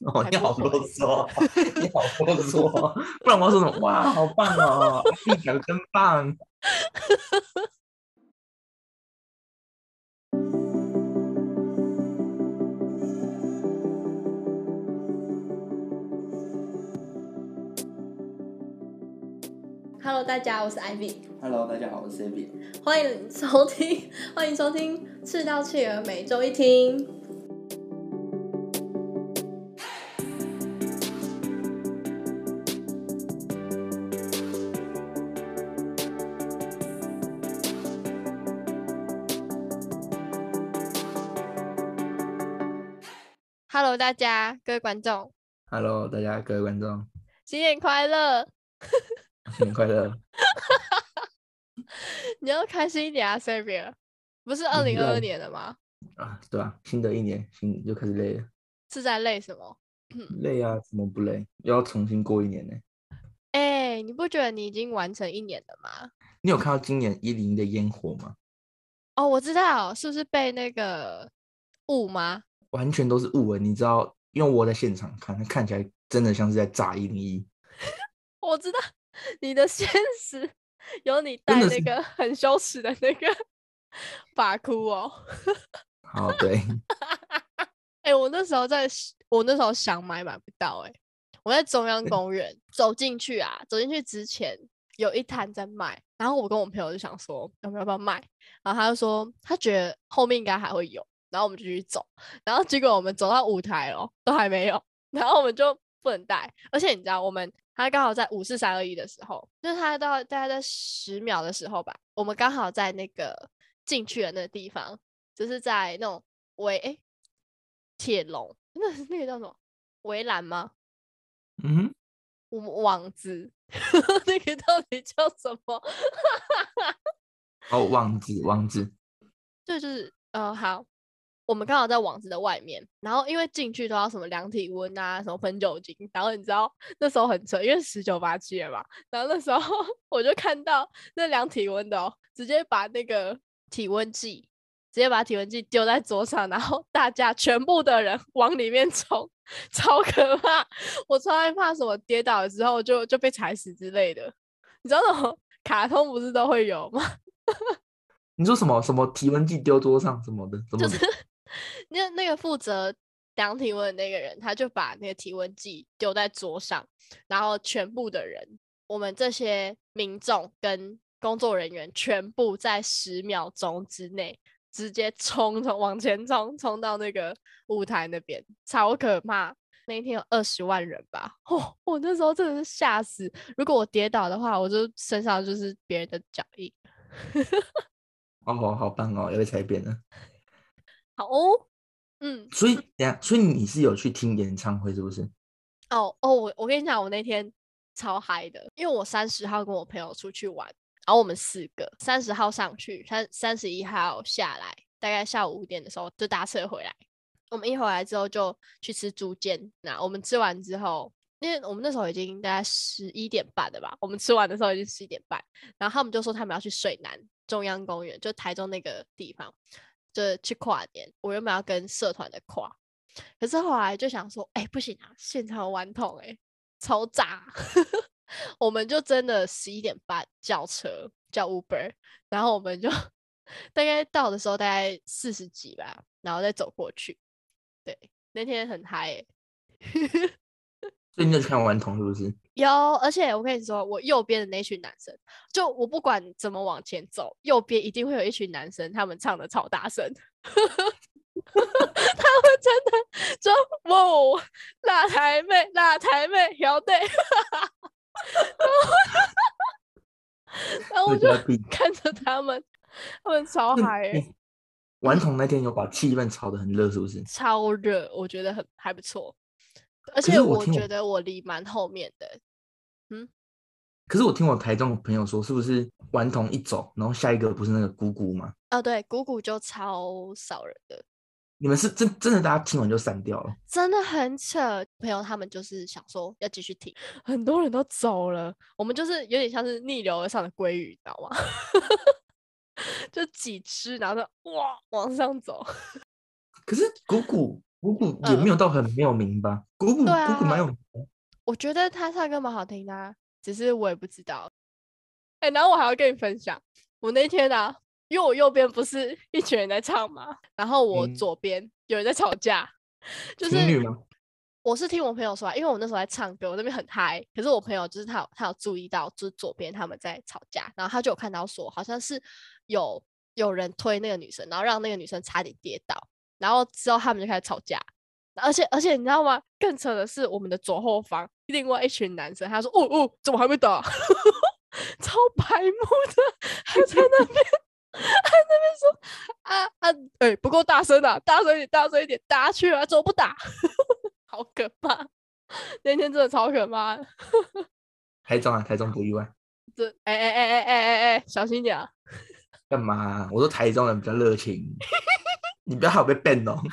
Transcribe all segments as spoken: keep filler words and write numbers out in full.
哦，你好还不回。 啰嗦，你好啰嗦，不然我要说什么？哇，好棒哦，阿碧讲真棒。 Hello，大家，我是 Ivy， Hello， 大家好，我是 Sabi。 欢迎收听，欢迎收听赤道企鹅每周一听。Hello，大家，各位观众， Hello，大家各位观众， 新年快乐！ 新年快乐！ 你要开心一点啊 ，Sabi， 不是二零二二年了吗？ 啊，对啊，新的一年，新就开始累了。 是在累什么？ 累啊，怎么不累？又要重新过一年呢。 哎、你不觉得你已经完成一年了吗？ 你有看到今年一零的烟火吗？ 哦，我知道，是不是被那个雾吗？ 完全都是雾诶，你知道，因为我在现场看，看起来真的像是在炸一零一， 我知道你的现实有你真的是。 戴那个很羞耻的那个发箍哦。 好，对， 哎、欸，我那时候在，我那时候想买买不到哎、欸。我在中央公园走进去啊，走进去之前有一摊在卖，然后我跟我朋友就想说，要不要不要卖？然后他就说他觉得后面应该还会有，然后我们就去走，然后结果我们走到舞台了，都还没有，然后我们就不能带，而且你知道我们他刚好在五四三二一的时候，就是他到大概在十秒的时候吧，我们刚好在那个进去的那个地方，就是在那种围哎铁笼，那那个叫什么围栏吗？ 嗯哼， 网子，那个到底叫什么？ 哦，网子，网子， 对，就是呃，好，我们刚好在网子的外面，然后因为进去都要什么量体温啊，什么喷酒精，然后你知道那时候很扯，因为十九八七了嘛，然后那时候我就看到那量体温的哦，直接把那个体温计。直接把体温计丢在桌上，然后大家全部的人往里面冲，超可怕！我超害怕什么跌倒了之后就就被踩死之类的。你知道那种卡通不是都会有吗？ 你说什么什么体温计丢桌上什么的，什么就是那那个负责量体温的那个人，他就把那个体温计丢在桌上，然后全部的人，我们这些民众跟工作人员全部在十秒钟之内直接冲冲往前冲，冲到那个舞台那边，超可怕。那一天有二十万人吧，哦，我那时候真的是吓死。如果我跌倒的话，我就身上就是别人的脚印。 哦，好棒哦，要被踩扁了。 好哦，嗯， 所以，等下，所以你是有去听演唱会是不是？ 哦哦，我我跟你讲，我那天超嗨的，因为我三十号跟我朋友出去玩，然后我们四个三十号上去，三三十一号下来，大概下午五点的时候就搭车回来。我们一回来之后就去吃猪肩，那我们吃完之后，因为我们那时候已经大概十一点半了吧，我们吃完的时候已经十一点半，然后他们就说他们要去水南中央公园，就台中那个地方，就去跨年。我原本要跟社团的跨。可是后来就想说，哎、欸，不行啊，现场有顽童，哎，超炸！我们就真的十一点半叫车叫 Uber，然后我们就大概到的时候大概四十几吧，然后再走过去。对，那天很嗨、欸， 所以你有去看顽童是不是？ 有，而且我跟你说，我右边的那群男生，就我不管怎么往前走，右边一定会有一群男生，他们唱的超大声。他们真的说哇，辣台妹，辣台妹，要对，然后我就这家必。 看着他们，他们超那嗨、欸， 你顽嗯， 童那天有把气氛炒得很热是不是？ 超热，我觉得很还不错，而可且是我听我， 我觉得我离蛮后面的，嗯， 可是我听我台中的朋友说，是不是顽童一走，然后下一个不是那个姑姑吗？ 哦对，鼓鼓就超少人的， 你们是真真的大家听完就散掉了？ 真的很扯。朋友他们就是想说要继续听，很多人都走了，我们就是有点像是逆流而上的鲑鱼，你知道吗？就几只，然后就哇往上走。 可是姑姑谷谷也没嗯， 有到很没有名吧？谷谷对谷谷蛮有啊， 名的。 我觉得他唱歌蛮好听的啊，只是我也不知道。哎、然后我还要跟你分享，我那天啊，因为我右边不是一群人在唱嘛，然后我嗯， 左边有人在吵架，就是情侣吗？ 我是听我朋友说啊，因为我那时候在唱歌，我那边很嗨，可是我朋友就是他有他有注意到，就是左边他们在吵架，然后他就有看到说好像是有有人推那个女生，然后让那个女生差点跌倒，然后之后他们就开始吵架，而且而且你知道吗？更扯的是我们的左后方另外一群男生，他说：“哦哦，怎么还没打？”超白目的，还在那边还在那边说啊啊，哎、欸，不够大声啊，大声一点，大声一点，打去了，怎么不打？好可怕！那天真的超可怕的。 台中啊，台中不意外。 这哎哎哎哎哎哎哎，小心点啊！ 干嘛啊、我说台中人比较热情，你不要害我被 ban 哦。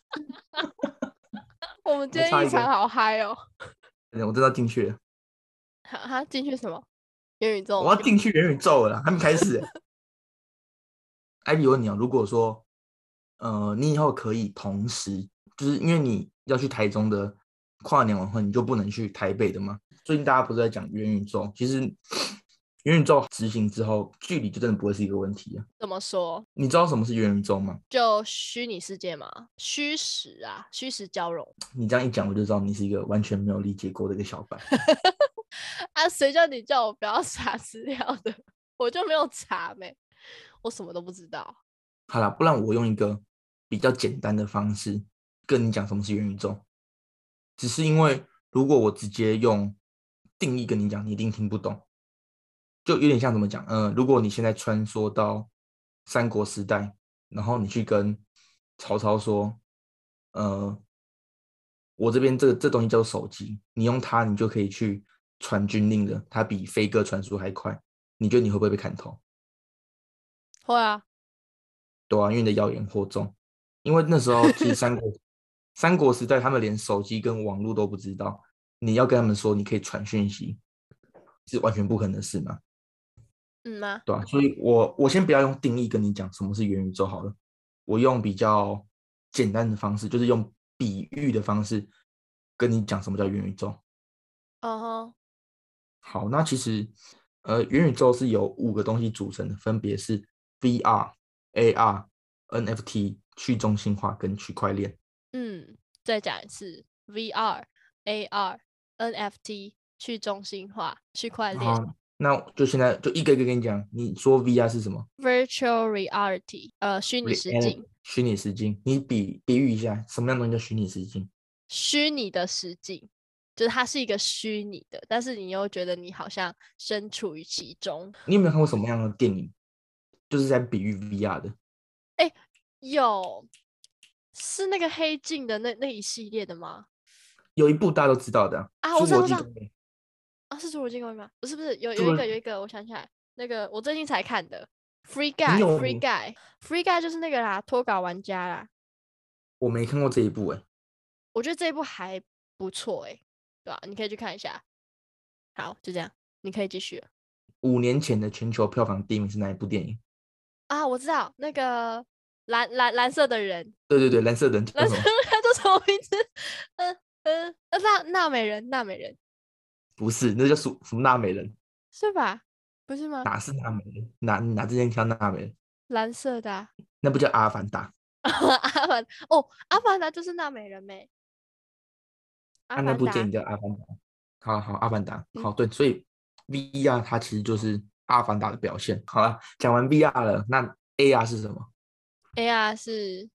我们今还差一个， 天一场好嗨哦！ 我真的要进去了， 哈哈，进去什么元宇宙我要吗？ 进去元宇宙了啦，还没开始。艾比问你哦，如果说呃你以后可以同时，就是因为你要去台中的跨年晚会，你就不能去台北的吗？最近大家不是在讲元宇宙，其实元宇宙执行之后，距离就真的不会是一个问题了。 怎么说？ 你知道什么是元宇宙吗？ 就虚拟世界嘛，虚实啊，虚实交融。 你这样一讲，我就知道你是一个完全没有理解过的一个小白。 啊，谁叫你叫我不要查资料的？我就没有查没，我什么都不知道。 好啦，不然我用一个比较简单的方式跟你讲什么是元宇宙。只是因为如果我直接用定义跟你讲，你一定听不懂。就有点像怎么讲？嗯、呃，如果你现在穿梭到三国时代，然后你去跟曹操说，呃，我这边这个这东西叫做手机，你用它，你就可以去传军令的，它比飞鸽传书还快。你觉得你会不会被砍头？ 会啊， 对啊，因为你的谣言惑众。因为那时候其实三国三国时代，他们连手机跟网络都不知道，你要跟他们说你可以传讯息，是完全不可能的事嘛， 嗯吗？ 对吧、啊所以我我先不要用定义跟你讲什么是元宇宙好了，我用比较简单的方式，就是用比喻的方式跟你讲什么叫元宇宙。 嗯哼， 好，那其实呃，元宇宙是由五个东西组成的，分别是 V R、A R、N F T、去中心化跟区块链。 嗯，再讲一次，V R、A R、N F T、去中心化、区块链、 好，那就现在就一个一个跟你讲。你说 V R 是什么 Virtual Reality，呃，虚拟实境， 虚拟实境，你比比喻一下，什么样的东西叫虚拟实境？ 虚拟的实境，就是它是一个虚拟的，但是你又觉得你好像身处于其中。 你有没有看过什么样的电影，就是在比喻 V R 的？ 哎，有，是那个黑镜的那那一系列的吗？ 有一部大家都知道的、啊啊，我侏知道，我知道， 罗纪公园》。 啊，是侏罗纪公园吗？不是，不是，有有侏罗， 一个有一个，我想起来，那个我最近才看的《Free 你 Guy》，《Free 有？ Guy》，《Free Guy》就是那个啦，脱稿玩家啦。 我没看过这一部哎、欸。 我觉得这一部还不错诶、对吧、你可以去看一下。好，就这样，你可以继续了五年前的全球票房第一名是哪一部电影？ 啊。我知道那个蓝蓝蓝色的人， 对对对，蓝色的人叫蓝色的什么？ 人他叫什么名字？嗯嗯，呃娜娜美人，娜美人不是，那叫什什么纳美人？ 是吧？不是吗？ 哪是纳美人？哪哪之前挑纳美人？ 蓝色的、啊， 那不叫阿凡达。 阿凡哦，阿凡达就是娜美人没？阿啊，那凡达， 部电影叫《阿凡达》。好好，《阿凡达》 嗯好，对，所以 V R 它其实就是《阿凡达》的表现。好了，讲完 V R 了，那 A R 是什么？ ，A R 是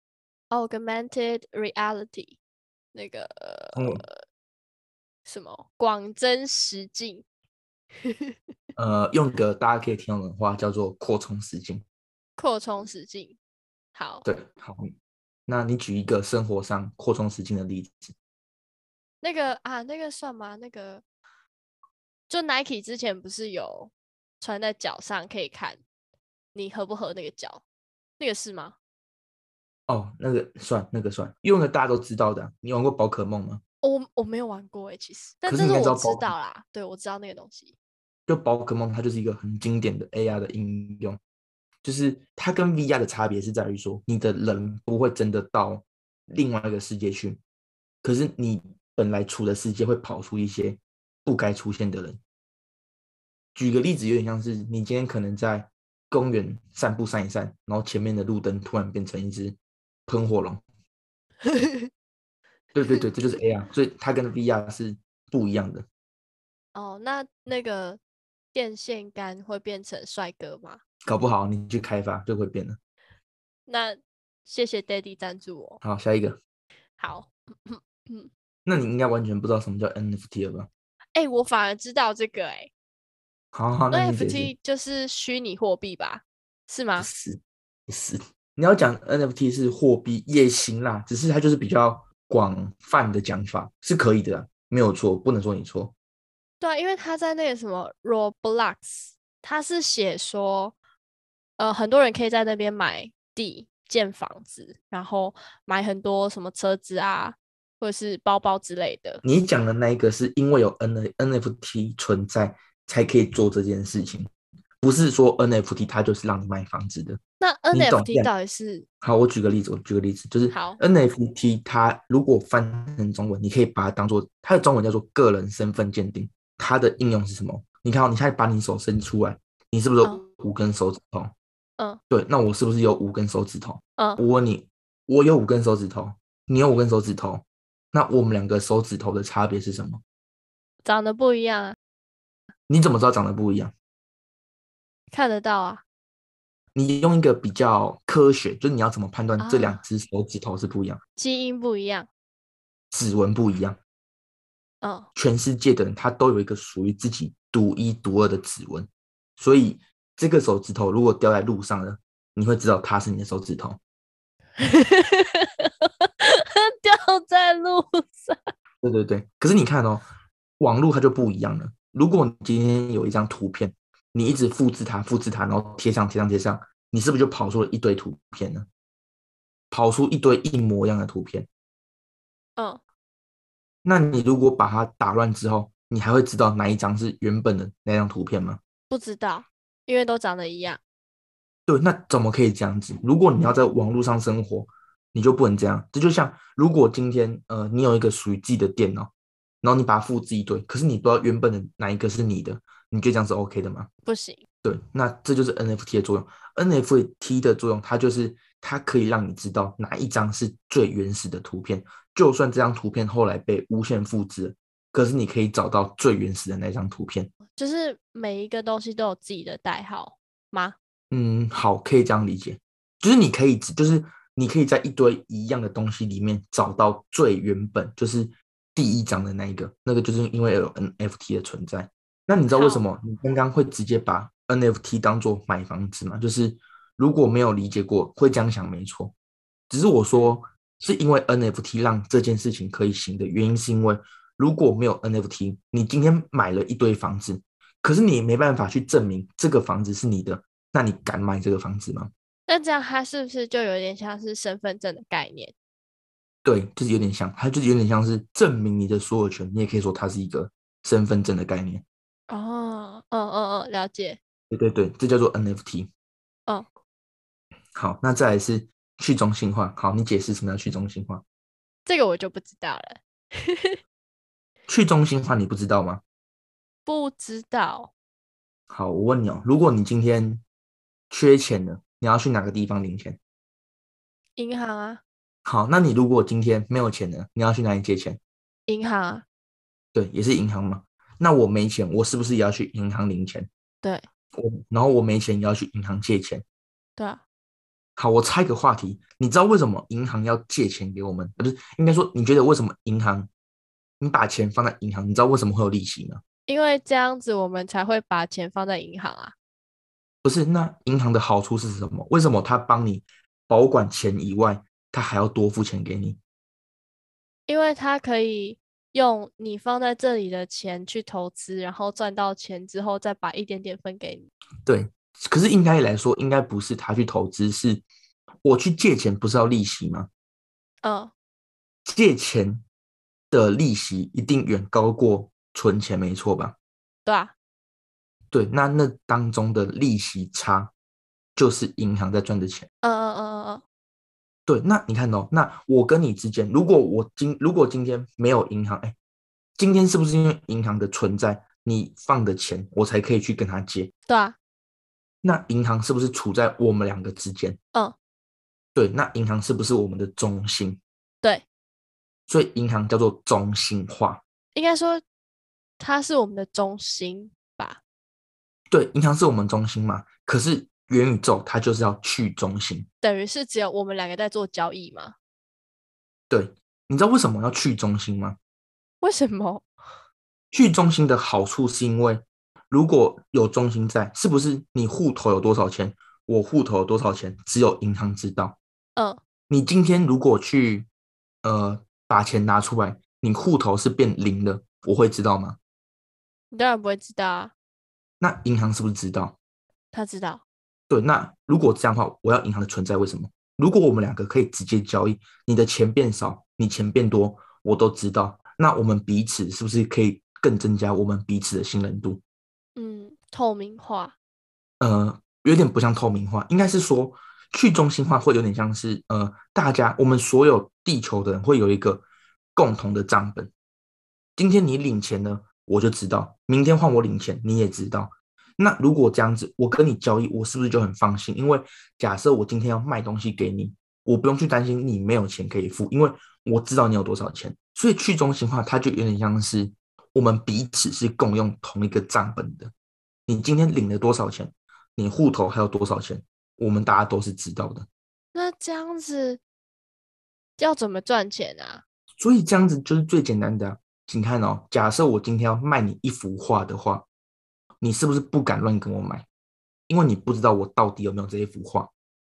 Augmented Reality，那个嗯， 什么广真实境。 呃，用个大家可以听懂的话叫做扩充实境。 扩充实境。好， 对，好，那你举一个生活上扩充实境的例子。 那个啊，那个算吗？那个就 Nike 之前不是有穿在脚上可以看你合不合那个脚，那个是吗？ 哦，那个算，那个算，用的大家都知道的啊。你玩过宝可梦吗？ 哦我我没有玩过诶、其实，但可是你应该知但是我知道宝可， 道啦，对我知道那个东西。 就宝可梦它就是一个很经典的 A R 的应用。就是它跟 V R 的差别是在于说，你的人不会真的到另外一个世界去，可是你本来处的世界会跑出一些不该出现的人。举个例子，有点像是你今天可能在公园散步散一散，然后前面的路灯突然变成一只喷火龙。对对对，这就是 A R， 所以它跟 V R 是不一样的。 哦，那那个电线杆会变成帅哥吗？ 搞不好你去开发就会变了。 那谢谢 Daddy 赞助我。 好，下一个。 好，嗯， 那你应该完全不知道什么叫 N F T 了吧？ 哎、欸我反而知道这个、欸， 好好，那哎你解释。 ，N F T 就是虚拟货币吧？是吗？ 不是，不是。你要讲 N F T 是货币也行啦，只是它就是比较广泛的讲法，是可以的啦，没有错，不能说你错。 对啊，因为他在那个什么 Roblox，他是写说，呃，很多人可以在那边买地建房子，然后买很多什么车子啊，或者是包包之类的。 你讲的那一个是因为有 N NFT 存在才可以做这件事情，不是说 N F T 它就是让你买房子的。 那你懂 N F T 这样？ 到底是好，我举个例子，我举个例子，就是好 N F T 它如果翻成中文，你可以把它当做它的中文叫做个人身份鉴定。它的应用是什么？你看、哦，你现在把你手伸出来，你是不是嗯有五根手指头？ 嗯对，那我是不是有五根手指头？ 嗯， 我问你，我有五根手指头，你有五根手指头，那我们两个手指头的差别是什么？ 长得不一样啊， 你怎么知道长得不一样？ 看得到啊你用一个比较科学，就是你要怎么判断这两啊， 只手指头是不一样， 基因不一样， 指纹不一样。 嗯， 全世界的人他都有一个属于自己独一独二的指纹，所以这个手指头如果掉在路上了，你会知道它是你的手指头。 掉在路上， 对对对，可是你看哦，网络它就不一样了。如果你今天有一张图片，你一直复制它、复制它，然后贴上、贴上、贴上，你是不是就跑出了一堆图片呢？跑出一堆一模一样的图片。 嗯， 那你如果把它打乱之后，你还会知道哪一张是原本的那张图片吗？ 不知道，因为都长得一样。 对，那怎么可以这样子？如果你要在网络上生活，你就不能这样。这就像如果今天呃你有一个属于自己的电脑，然后你把它复制一堆，可是你不知道原本的哪一个是你的，你觉得这样是 OK 的吗？ 不行， 对，那这就是 N F T 的作用。N F T 的作用，它就是它可以让你知道哪一张是最原始的图片，就算这张图片后来被无限复制了，可是你可以找到最原始的那张图片。 就是每一个东西都有自己的代号吗？ 嗯，好，可以这样理解，就是你可以，就是你可以在一堆一样的东西里面找到最原本，就是第一张的那一个，那个就是因为有 N F T 的存在。那你知道为什好， 么你刚刚会直接把 N F T 当做买房子吗？就是如果没有理解过，会这样想，没错。只是我嗯， 说是因为 N F T 让这件事情可以行的原因，是因为如果没有 N F T，你今天买了一堆房子，可是你没办法去证明这个房子是你的，那你敢买这个房子吗？ 那这样它是不是就有点像是身份证的概念？ 对，就是有点像，它就是有点像是证明你的所有权，你也可以说它是一个身份证的概念。 哦，嗯嗯嗯，了解， 对对对，这叫做 N F T。 嗯， 好，那再来是去中心化。好，你解释什么叫去中心化？ 这个我就不知道了， 去中心化你不知道吗？ 不知道， 好，我问你哦，如果你今天缺钱了，你要去哪个地方领钱？ 银行啊， 好，那你如果今天没有钱了，你要去哪里借钱？ 银行啊， 对，也是银行嘛。那我没钱，我是不是也要去银行领钱？ 对我，然后我没钱也要去银行借钱。 对啊， 好，我插一个话题，你知道为什么银行要借钱给我们？不是，应该说，你觉得为什么银行，你把钱放在银行，你知道为什么会有利息吗？ 因为这样子我们才会把钱放在银行啊， 不是，那银行的好处是什么？为什么他帮你保管钱以外，他还要多付钱给你？ 因为它可以用你放在这里的钱去投资，然后赚到钱之后再把一点点分给你。 对，可是应该来说，应该不是他去投资，是我去借钱，不是要利息吗？ 嗯， 借钱的利息一定远高过存钱，没错吧？ 对啊， 对，那那当中的利息差就是银行在赚的钱。 嗯嗯嗯嗯嗯， 对，那你看哦，那我跟你之间，如果我今如果今天没有银行，哎，今天是不是因为银行的存在，你放的钱我才可以去跟他借？ 对啊， 那银行是不是处在我们两个之间？ 嗯， 对，那银行是不是我们的中心？ 对， 所以银行叫做中心化。 应该说它是我们的中心吧？ 对，银行是我们中心嘛，可是元宇宙它就是要去中心。 等于是只有我们两个在做交易吗？ 对，你知道为什么要去中心吗？ 为什么？ 去中心的好处是因为如果有中心在，是不是你户头有多少钱，我户头有多少钱，只有银行知道。 嗯， 你今天如果去呃把钱拿出来，你户头是变零的，我会知道吗？ 你当然不会知道啊。 那银行是不是知道？ 他知道。 对，那如果这样的话，我要银行的存在，为什么？如果我们两个可以直接交易，你的钱变少，你钱变多，我都知道，那我们彼此是不是可以更增加我们彼此的信任度？ 嗯，透明化。 呃，有点不像透明化，应该是说去中心化会有点像是呃，大家我们所有地球的人会有一个共同的账本。今天你领钱呢，我就知道；明天换我领钱，你也知道。那如果这样子，我跟你交易，我是不是就很放心？因为假设我今天要卖东西给你，我不用去担心你没有钱可以付，因为我知道你有多少钱。所以去中心化，它就有点像是我们彼此是共用同一个账本的。你今天领了多少钱，你户头还有多少钱，我们大家都是知道的。 那这样子要怎么赚钱啊？ 所以这样子就是最简单的啊。请看哦，假设我今天要卖你一幅画的话，你是不是不敢乱跟我买？因为你不知道我到底有没有这一幅画。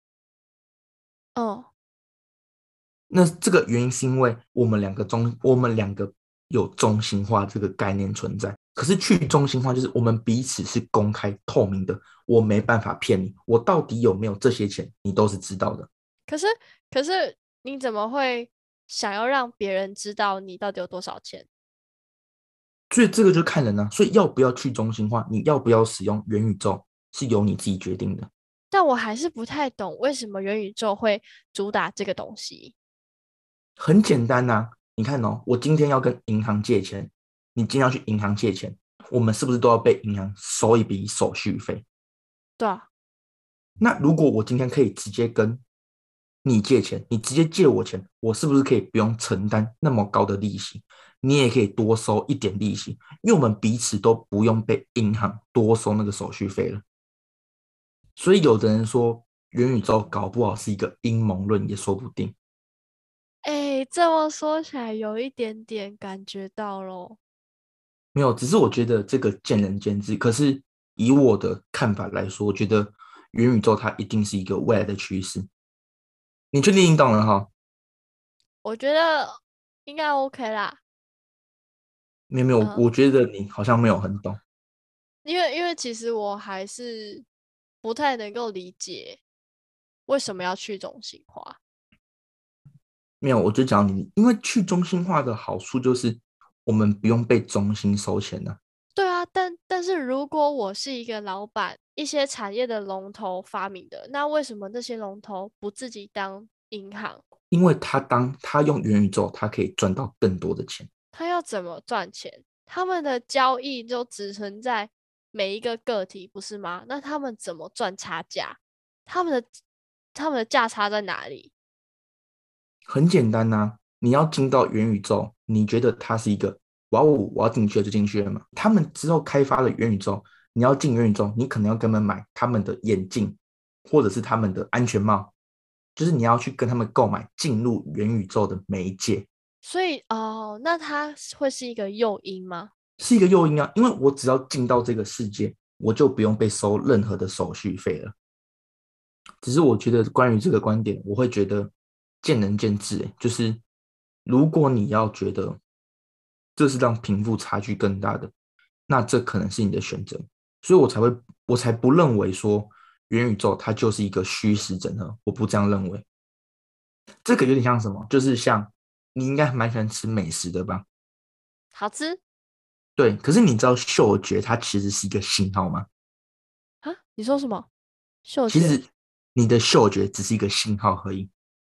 哦， 那这个原因是因为我们两个中，我们两个有中心化这个概念存在。可是去中心化就是我们彼此是公开透明的，我没办法骗你，我到底有没有这些钱，你都是知道的。 可是可是你怎么会想要让别人知道你到底有多少钱？ 所以这个就看人啊。所以要不要去中心化，你要不要使用元宇宙，是由你自己决定的。 但我还是不太懂为什么元宇宙会主打这个东西。 很简单呐、啊，你看哦，我今天要跟银行借钱，你今天要去银行借钱，我们是不是都要被银行收一笔手续费？ 对啊， 那如果我今天可以直接跟你借钱，你直接借我钱，我是不是可以不用承担那么高的利息？你也可以多收一点利息，因为我们彼此都不用被银行多收那个手续费了。所以有的人说元宇宙搞不好是一个阴谋论，也说不定。 哎，这么说起来有一点点感觉到咯。 没有，只是我觉得这个见仁见智。可是以我的看法来说，我觉得元宇宙它一定是一个未来的趋势。你确定你懂了哈？ 我觉得应该 OK 啦。 没有没有， 嗯， 我觉得你好像没有很懂。 因为因为其实我还是不太能够理解为什么要去中心化。 没有，我就讲你，因为去中心化的好处就是我们不用被中心收钱了、啊对啊，但但是如果我是一个老板，一些产业的龙头发明的，那为什么那些龙头不自己当银行？ 因为他当他用元宇宙，他可以赚到更多的钱。 他要怎么赚钱？他们的交易就只存在每一个个体，不是吗？那他们怎么赚差价？他们的他们的价差在哪里？ 很简单呐、啊，你要进到元宇宙，你觉得它是一个哇哦，我要进去了就进去了嘛？他们之后开发了元宇宙，你要进元宇宙，你可能要跟他们买他们的眼镜，或者是他们的安全帽，就是你要去跟他们购买进入元宇宙的媒介， 所以哦，那它会是一个诱因吗？ 是一个诱因啊。因为我只要进到这个世界，我就不用被收任何的手续费了。只是我觉得关于这个观点，我会觉得见仁见智、欸。就是如果你要觉得这是让贫富差距更大的，那这可能是你的选择。所以我才会，我才不认为说元宇宙它就是一个虚实整合，我不这样认为。这个有点像什么？就是像你应该蛮喜欢吃美食的吧？ 好吃对，可是你知道嗅觉它其实是一个信号吗？ 啊？你说什么？嗅觉？ 其实你的嗅觉只是一个信号而已。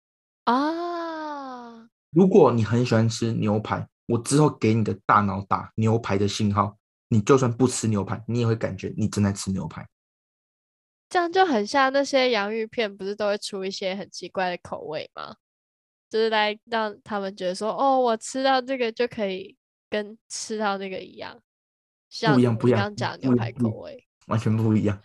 啊， 如果你很喜欢吃牛排，我之后给你的大脑打牛排的信号，你就算不吃牛排，你也会感觉你正在吃牛排。 这样就很像那些洋芋片，不是都会出一些很奇怪的口味吗？就是来让他们觉得说，哦，我吃到这个就可以跟吃到那个一样，像不一样，不一样， 你刚刚讲的牛不一样， 排口味。 完全不一样，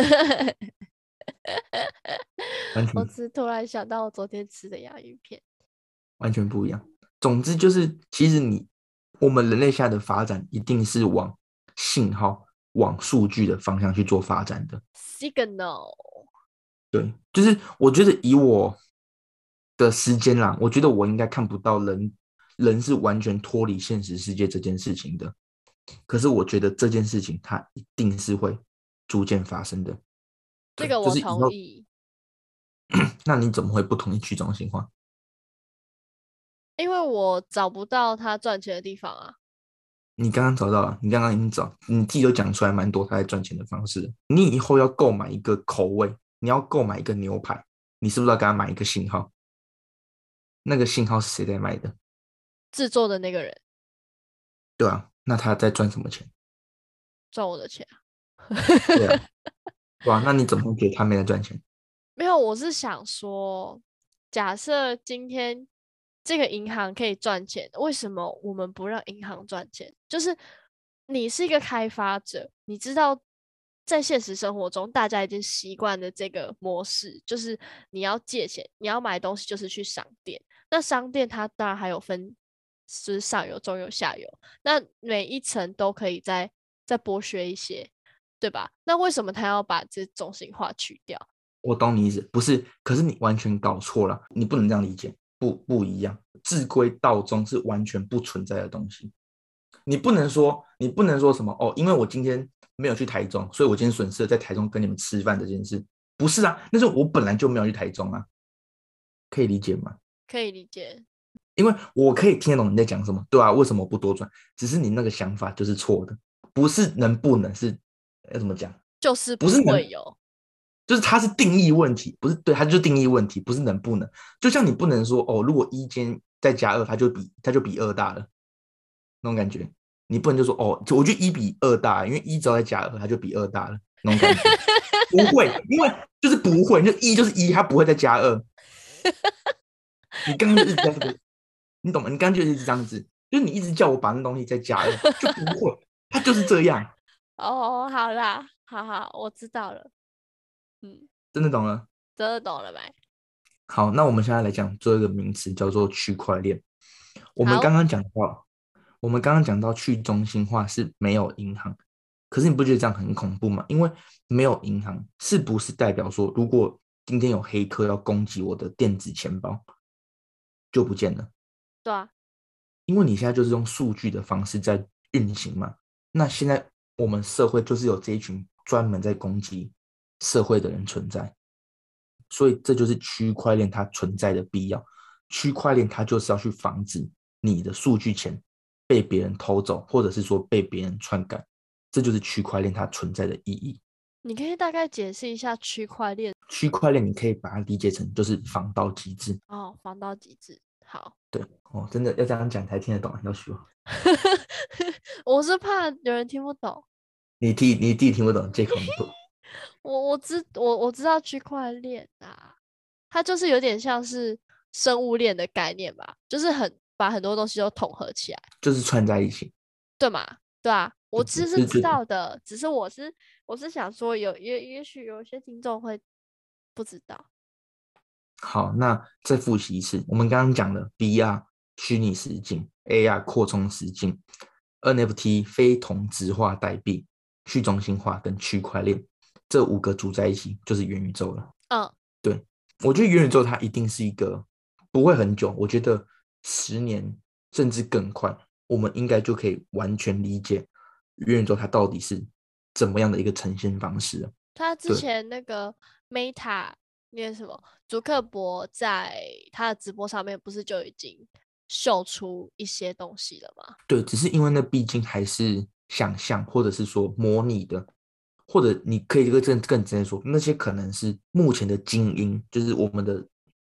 完全我只突然想到我昨天吃的洋芋片。 完全不一样。总之就是，其实你我们人类下的发展一定是往信号、往数据的方向去做发展的。 Signal。 对，就是我觉得以我的时间啦，我觉得我应该看不到人人是完全脱离现实世界这件事情的。可是我觉得这件事情它一定是会逐渐发生的。对， 这个我就是以后， 同意， 那你怎么会不同意去中心化？ 因为我找不到他赚钱的地方啊。 你刚刚找到了，你刚刚已经找，你自己都讲出来蛮多他在赚钱的方式。你以后要购买一个口味，你要购买一个牛排，你是不是要给他买一个信号？那个信号是谁在卖的？ 制作的那个人对啊，那他在赚什么钱？ 赚我的钱啊。 对啊，对啊，那你怎么会觉得他没在赚钱？ 没有，我是想说，假设今天这个银行可以赚钱，为什么我们不让银行赚钱？就是你是一个开发者，你知道在现实生活中大家已经习惯了这个模式，就是你要借钱，你要买东西就是去商店。那商店它当然还有分，就是上游、中游、下游，那每一层都可以再再剥削一些，对吧？那为什么他要把这中心化去掉？ 我懂你意思，不是，可是你完全搞错了，你不能这样理解，不不一样，至归道中是完全不存在的东西。你不能说，你不能说什么哦，因为我今天没有去台中，所以我今天损失了在台中跟你们吃饭这件事。不是啊，那是我本来就没有去台中啊，可以理解吗？ 可以理解。 因为我可以听得懂你在讲什么，对啊，为什么不多赚？只是你那个想法就是错的，不是能不能，是要怎么讲？ 就是不不是能， 会有。 就是它是定义问题，不是对，它就是定义问题，不是能不能。就像你不能说哦，如果一间再加二，它就比它就比二大了，那种感觉。你不能就说哦，就我觉得一比二大，因为一只要再加二，它就比二大了，那种感觉。不会，因为就是不会，就一就是一，它不会再加二。你刚刚就一直在这个，你懂吗？你刚刚就一直这样子，就是你一直叫我把那东西再加二，就不会，它就是这样， 哦，好啦，好好，我知道了。嗯， 真的懂了。 真的懂了没？ 好，那我们现在来讲做一个名词，叫做区块链。我们好， 刚刚讲到，我们刚刚讲到去中心化是没有银行，可是你不觉得这样很恐怖吗？因为没有银行，是不是代表说，如果今天有黑客要攻击我的电子钱包，就不见了？ 对啊。 因为你现在就是用数据的方式在运行嘛。那现在我们社会就是有这一群专门在攻击社会的人存在，所以这就是区块链它存在的必要。区块链它就是要去防止你的数据钱被别人偷走，或者是说被别人篡改，这就是区块链它存在的意义。 你可以大概解释一下区块链。 区块链你可以把它理解成就是防盗机制。 哦，防到极致。好。 对哦，真的要这样讲才听得懂，要学。 我是怕有人听不懂。 你弟你弟听不懂，借口你不。 我我知我我知道区块链啊，它就是有点像是生物链的概念吧，就是很把很多东西都统合起来。 就是串在一起。 对嘛？对啊，我其实是知就就道的，只是我是我是想说有，也也许有些听众会不知道。 好，那再复习一次，我们刚刚讲了 V R 虚拟实境、A R 扩充实境、N F T 非同质化代币、去中心化跟区块链这五个组在一起就是元宇宙了。 嗯。 对，我觉得元宇宙它一定是一个不会很久，我觉得十年甚至更快，我们应该就可以完全理解元宇宙它到底是怎么样的一个呈现方式了。 他之对， 前那个 Meta 那个什么，祖克伯在他的直播上面不是就已经秀出一些东西了吗？ 对，只是因为那毕竟还是想象，或者是说模拟的，或者你可以更更更直接说，那些可能是目前的精英，就是我们的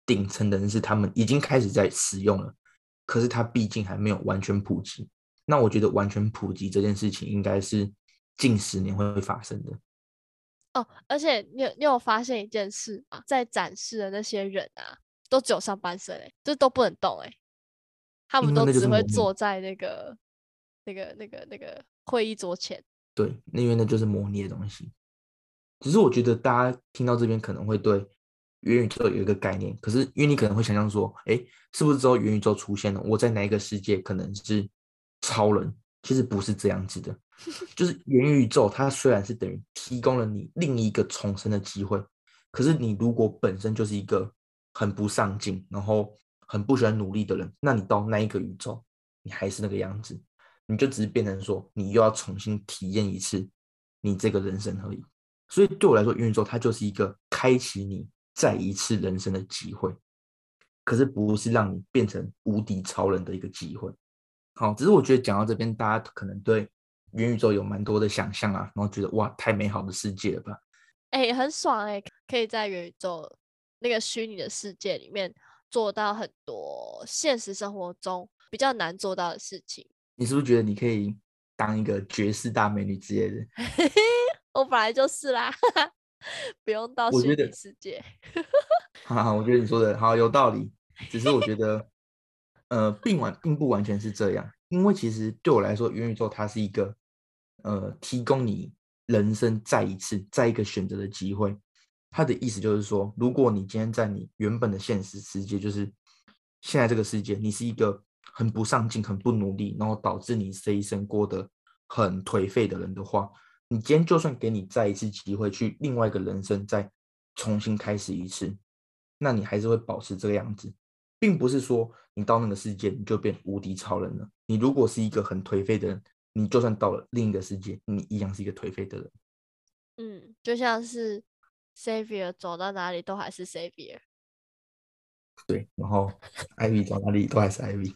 顶层的人是他们已经开始在使用了，可是它毕竟还没有完全普及。那我觉得完全普及这件事情应该是近十年会发生的。 哦，而且你有你有发现一件事吗？在展示的那些人啊，都只有上半身哎，就是都不能动哎，他们因为那就都只会是磨灭， 坐在那个那个那个那个会议桌前。 对，因为那就是模拟的东西。只是我觉得大家听到这边可能会对元宇宙有一个概念，可是因为你可能会想象说，哎，是不是之后元宇宙出现了，我在哪一个世界可能是超人？其实不是这样子的，就是元宇宙它虽然是等于提供了你另一个重生的机会，可是你如果本身就是一个很不上进，然后很不喜欢努力的人，那你到那一个宇宙，你还是那个样子，你就只是变成说，你又要重新体验一次你这个人生而已。所以对我来说，元宇宙它就是一个开启你再一次人生的机会，可是不是让你变成无敌超人的一个机会。好，只是我觉得讲到这边，大家可能对元宇宙有蛮多的想象啊，然后觉得哇，太美好的世界了吧？ 哎、欸很爽哎、欸，可以在元宇宙那个虚拟的世界里面做到很多现实生活中比较难做到的事情。 你是不是觉得你可以当一个绝世大美女之类的？ 我本来就是啦，不用到虚拟我觉得， 世界。 哈哈，我觉得你说的好有道理。只是我觉得，呃，并完并不完全是这样，因为其实对我来说，元宇宙它是一个，呃，提供你人生再一次、再一个选择的机会。它的意思就是说，如果你今天在你原本的现实世界，就是现在这个世界，你是一个很不上进、很不努力，然后导致你这一生过得很颓废的人的话，你今天就算给你再一次机会去另外一个人生再重新开始一次，那你还是会保持这个样子，并不是说你到那个世界你就变无敌超人了。你如果是一个很颓废的人，你就算到了另一个世界，你一样是一个颓废的人。 嗯，就像是 Savior 走到哪里都还是 Savior。 对，然后 Ivy 走哪里都还是 Ivy。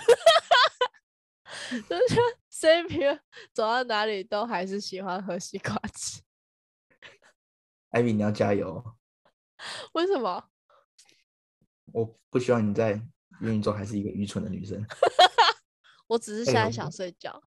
就是 Savior 走到哪里都还是喜欢喝西瓜汁。 Ivy 你要加油哦， 为什么？ 我不希望你在元宇宙还是一个愚蠢的女生。 我只是现哎、 在想睡觉。